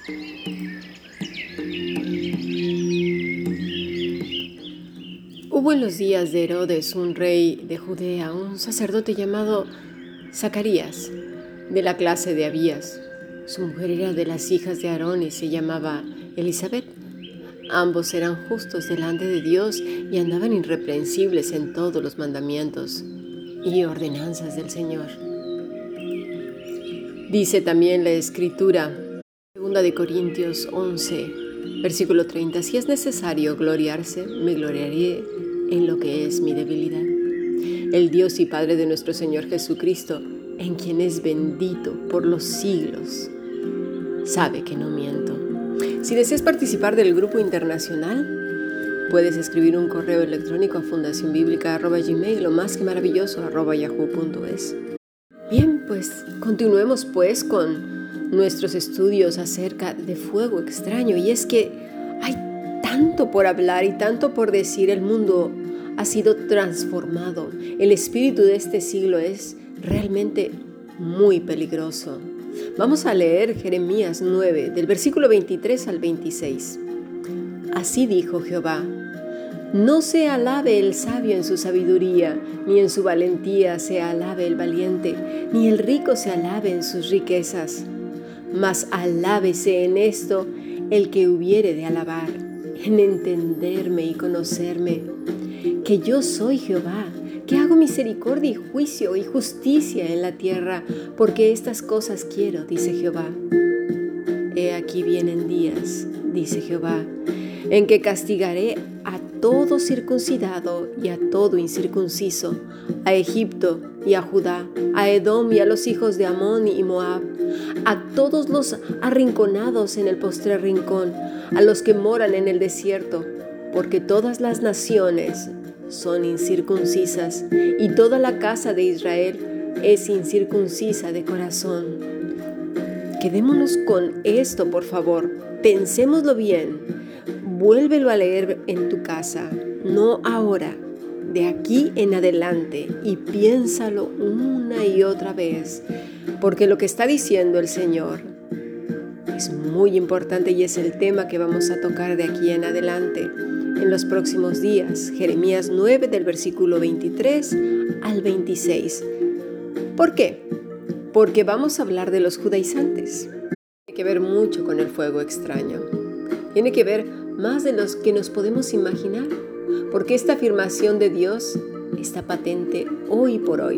Hubo en los días de Herodes, un rey de Judea, un sacerdote llamado Zacarías, de la clase de Abías. Su mujer era de las hijas de Aarón y se llamaba Elizabeth. Ambos eran justos delante de Dios y andaban irreprensibles en todos los mandamientos y ordenanzas del Señor. Dice también la Escritura, 2 Corintios 11, versículo 30, si es necesario gloriarse, me gloriaré en lo que es mi debilidad. El Dios y Padre de nuestro Señor Jesucristo, en quien es bendito por los siglos, sabe que no miento. Si deseas participar del grupo internacional, puedes escribir un correo electrónico a fundacionbiblica@gmail o más que maravilloso @yahoo.es. Bien, pues continuemos con nuestros estudios acerca de fuego extraño. Y es que hay tanto por hablar y tanto por decir. El mundo ha sido transformado. El espíritu de este siglo es realmente muy peligroso. Vamos a leer Jeremías 9, del versículo 23 al 26. Así dijo Jehová: no se alabe el sabio en su sabiduría, ni en su valentía se alabe el valiente, ni el rico se alabe en sus riquezas. Mas alábese en esto el que hubiere de alabar, en entenderme y conocerme, que yo soy Jehová, que hago misericordia y juicio y justicia en la tierra, porque estas cosas quiero, dice Jehová. He aquí vienen días, dice Jehová, en que castigaré a todo circuncidado y a todo incircunciso, a Egipto y a Judá, a Edom y a los hijos de Amón y Moab, a todos los arrinconados en el postrer rincón, a los que moran en el desierto, porque todas las naciones son incircuncisas y toda la casa de Israel es incircuncisa de corazón. Quedémonos con esto, por favor. Pensémoslo bien. Vuélvelo a leer en tu casa, no ahora, de aquí en adelante, y piénsalo una y otra vez, porque lo que está diciendo el Señor es muy importante y es el tema que vamos a tocar de aquí en adelante en los próximos días. Jeremías 9 del versículo 23 al 26. ¿Por qué? Porque vamos a hablar de los judaizantes. Tiene que ver mucho con el fuego extraño. Tiene que ver más de los que nos podemos imaginar, porque esta afirmación de Dios está patente hoy por hoy.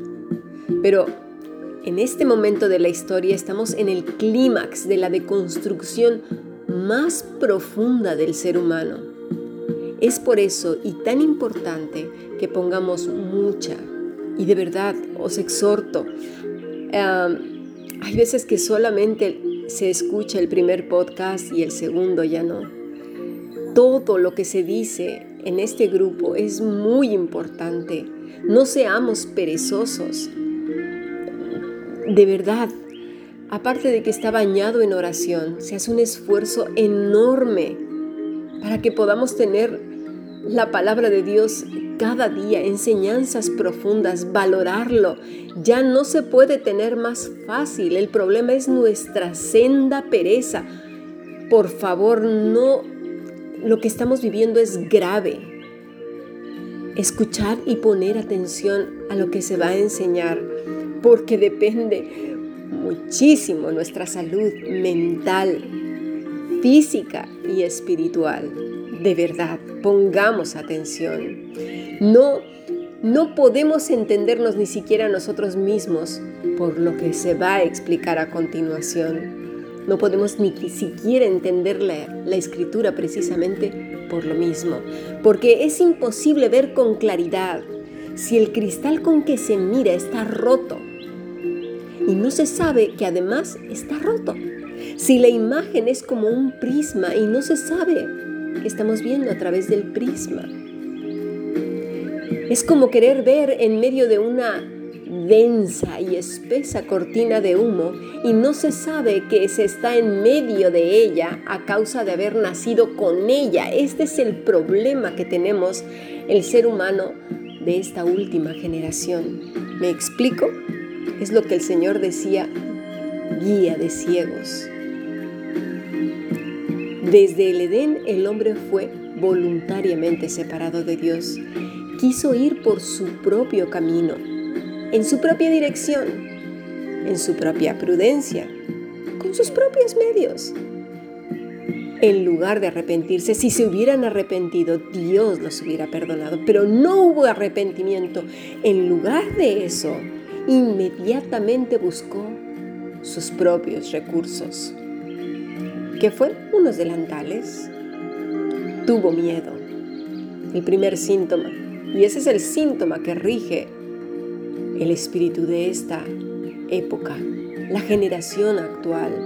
Pero en este momento de la historia estamos en el clímax de la deconstrucción más profunda del ser humano. Es por eso y tan importante que pongamos mucha, y de verdad os exhorto, hay veces que solamente se escucha el primer podcast y el segundo ya no. Todo lo que se dice en este grupo es muy importante. No seamos perezosos. De verdad, aparte de que está bañado en oración, se hace un esfuerzo enorme para que podamos tener la palabra de Dios cada día, enseñanzas profundas, valorarlo. Ya no se puede tener más fácil. El problema es nuestra senda pereza. Por favor, no, lo que estamos viviendo es grave. Escuchar y poner atención a lo que se va a enseñar, porque depende muchísimo nuestra salud mental, física y espiritual. De verdad, pongamos atención. No podemos entendernos ni siquiera nosotros mismos por lo que se va a explicar a continuación. No podemos ni siquiera entender la escritura precisamente por lo mismo, porque es imposible ver con claridad si el cristal con que se mira está roto y no se sabe que además está roto. Si la imagen es como un prisma y no se sabe que estamos viendo a través del prisma. Es como querer ver en medio de una densa y espesa cortina de humo y no se sabe que se está en medio de ella a causa de haber nacido con ella. Este es el problema que tenemos el ser humano de esta última generación. ¿Me explico? Es lo que el Señor decía, guía de ciegos. Desde el Edén, el hombre fue voluntariamente separado de Dios. Quiso ir por su propio camino, en su propia dirección, en su propia prudencia, con sus propios medios. En lugar de arrepentirse, si se hubieran arrepentido, Dios los hubiera perdonado, pero no hubo arrepentimiento. En lugar de eso, inmediatamente buscó sus propios recursos. ¿Qué fue? Unos delantales. Tuvo miedo. El primer síntoma. Y ese es el síntoma que rige el espíritu de esta época, la generación actual.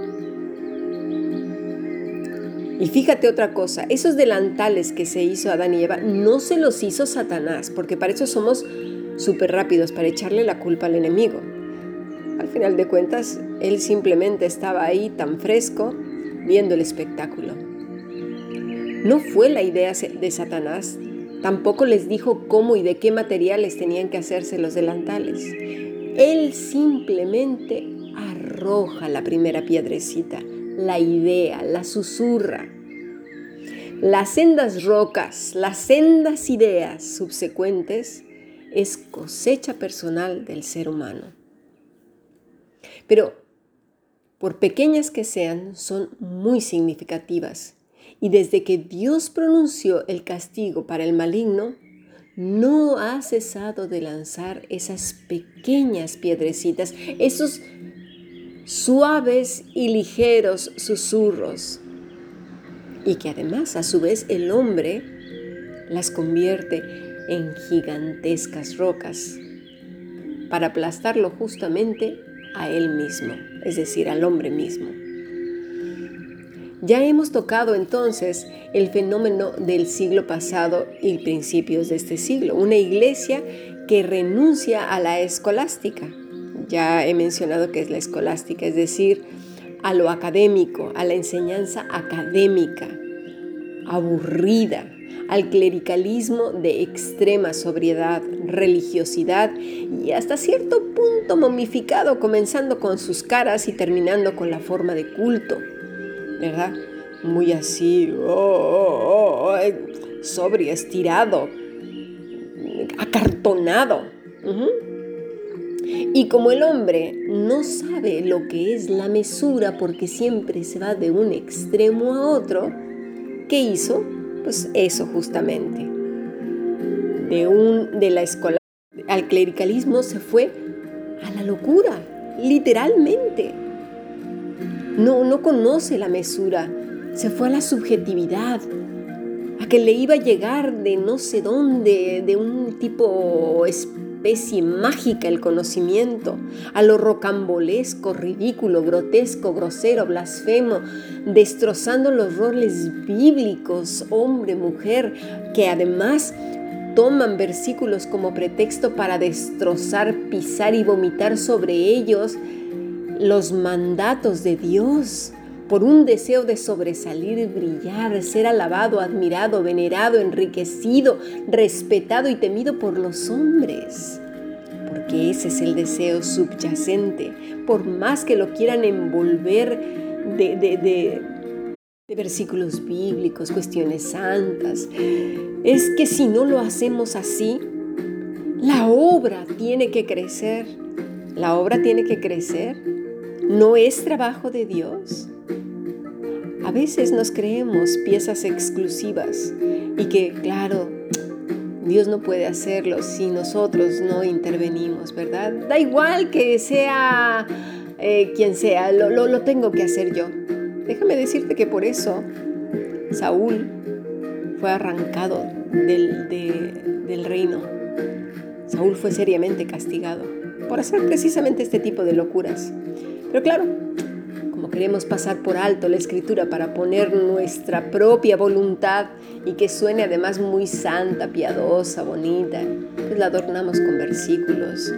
Y fíjate otra cosa, esos delantales que se hizo Adán y Eva no se los hizo Satanás, porque para eso somos súper rápidos, para echarle la culpa al enemigo. Al final de cuentas, él simplemente estaba ahí tan fresco, viendo el espectáculo. No fue la idea de Satanás, tampoco les dijo cómo y de qué materiales tenían que hacerse los delantales. Él simplemente arroja la primera piedrecita, la idea, la susurra. Las sendas rocas, las sendas ideas subsecuentes es cosecha personal del ser humano. Pero, por pequeñas que sean, son muy significativas. Y desde que Dios pronunció el castigo para el maligno, no ha cesado de lanzar esas pequeñas piedrecitas, esos suaves y ligeros susurros, y que además a su vez el hombre las convierte en gigantescas rocas para aplastarlo justamente a él mismo, es decir, al hombre mismo. Ya hemos tocado entonces el fenómeno del siglo pasado y principios de este siglo, una iglesia que renuncia a la escolástica. Ya he mencionado que es la escolástica, es decir, a lo académico, a la enseñanza académica, aburrida, al clericalismo de extrema sobriedad, religiosidad y hasta cierto punto momificado, comenzando con sus caras y terminando con la forma de culto, ¿verdad? Muy así, sobrio, estirado, acartonado. Y como el hombre no sabe lo que es la mesura porque siempre se va de un extremo a otro, ¿qué hizo? Pues eso justamente. De la escuela al clericalismo se fue a la locura, literalmente. No conoce la mesura, se fue a la subjetividad, a que le iba a llegar de no sé dónde, de un tipo especie mágica el conocimiento, a lo rocambolesco, ridículo, grotesco, grosero, blasfemo, destrozando los roles bíblicos, hombre, mujer, que además toman versículos como pretexto para destrozar, pisar y vomitar sobre ellos los mandatos de Dios, por un deseo de sobresalir y brillar, ser alabado, admirado, venerado, enriquecido, respetado y temido por los hombres. Porque ese es el deseo subyacente, por más que lo quieran envolver de versículos bíblicos, cuestiones santas. Es que si no lo hacemos así, la obra tiene que crecer. La obra tiene que crecer. ¿No es trabajo de Dios? A veces nos creemos piezas exclusivas y que, claro, Dios no puede hacerlo si nosotros no intervenimos, ¿verdad? Da igual que sea quien sea, lo tengo que hacer yo. Déjame decirte que por eso Saúl fue arrancado del reino. Saúl fue seriamente castigado por hacer precisamente este tipo de locuras. Pero claro, como queremos pasar por alto la escritura para poner nuestra propia voluntad y que suene además muy santa, piadosa, bonita, pues la adornamos con versículos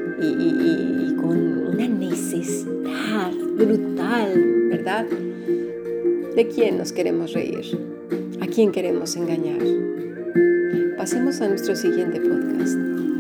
y con una necesidad brutal, ¿verdad? ¿De quién nos queremos reír? ¿A quién queremos engañar? Pasemos a nuestro siguiente podcast.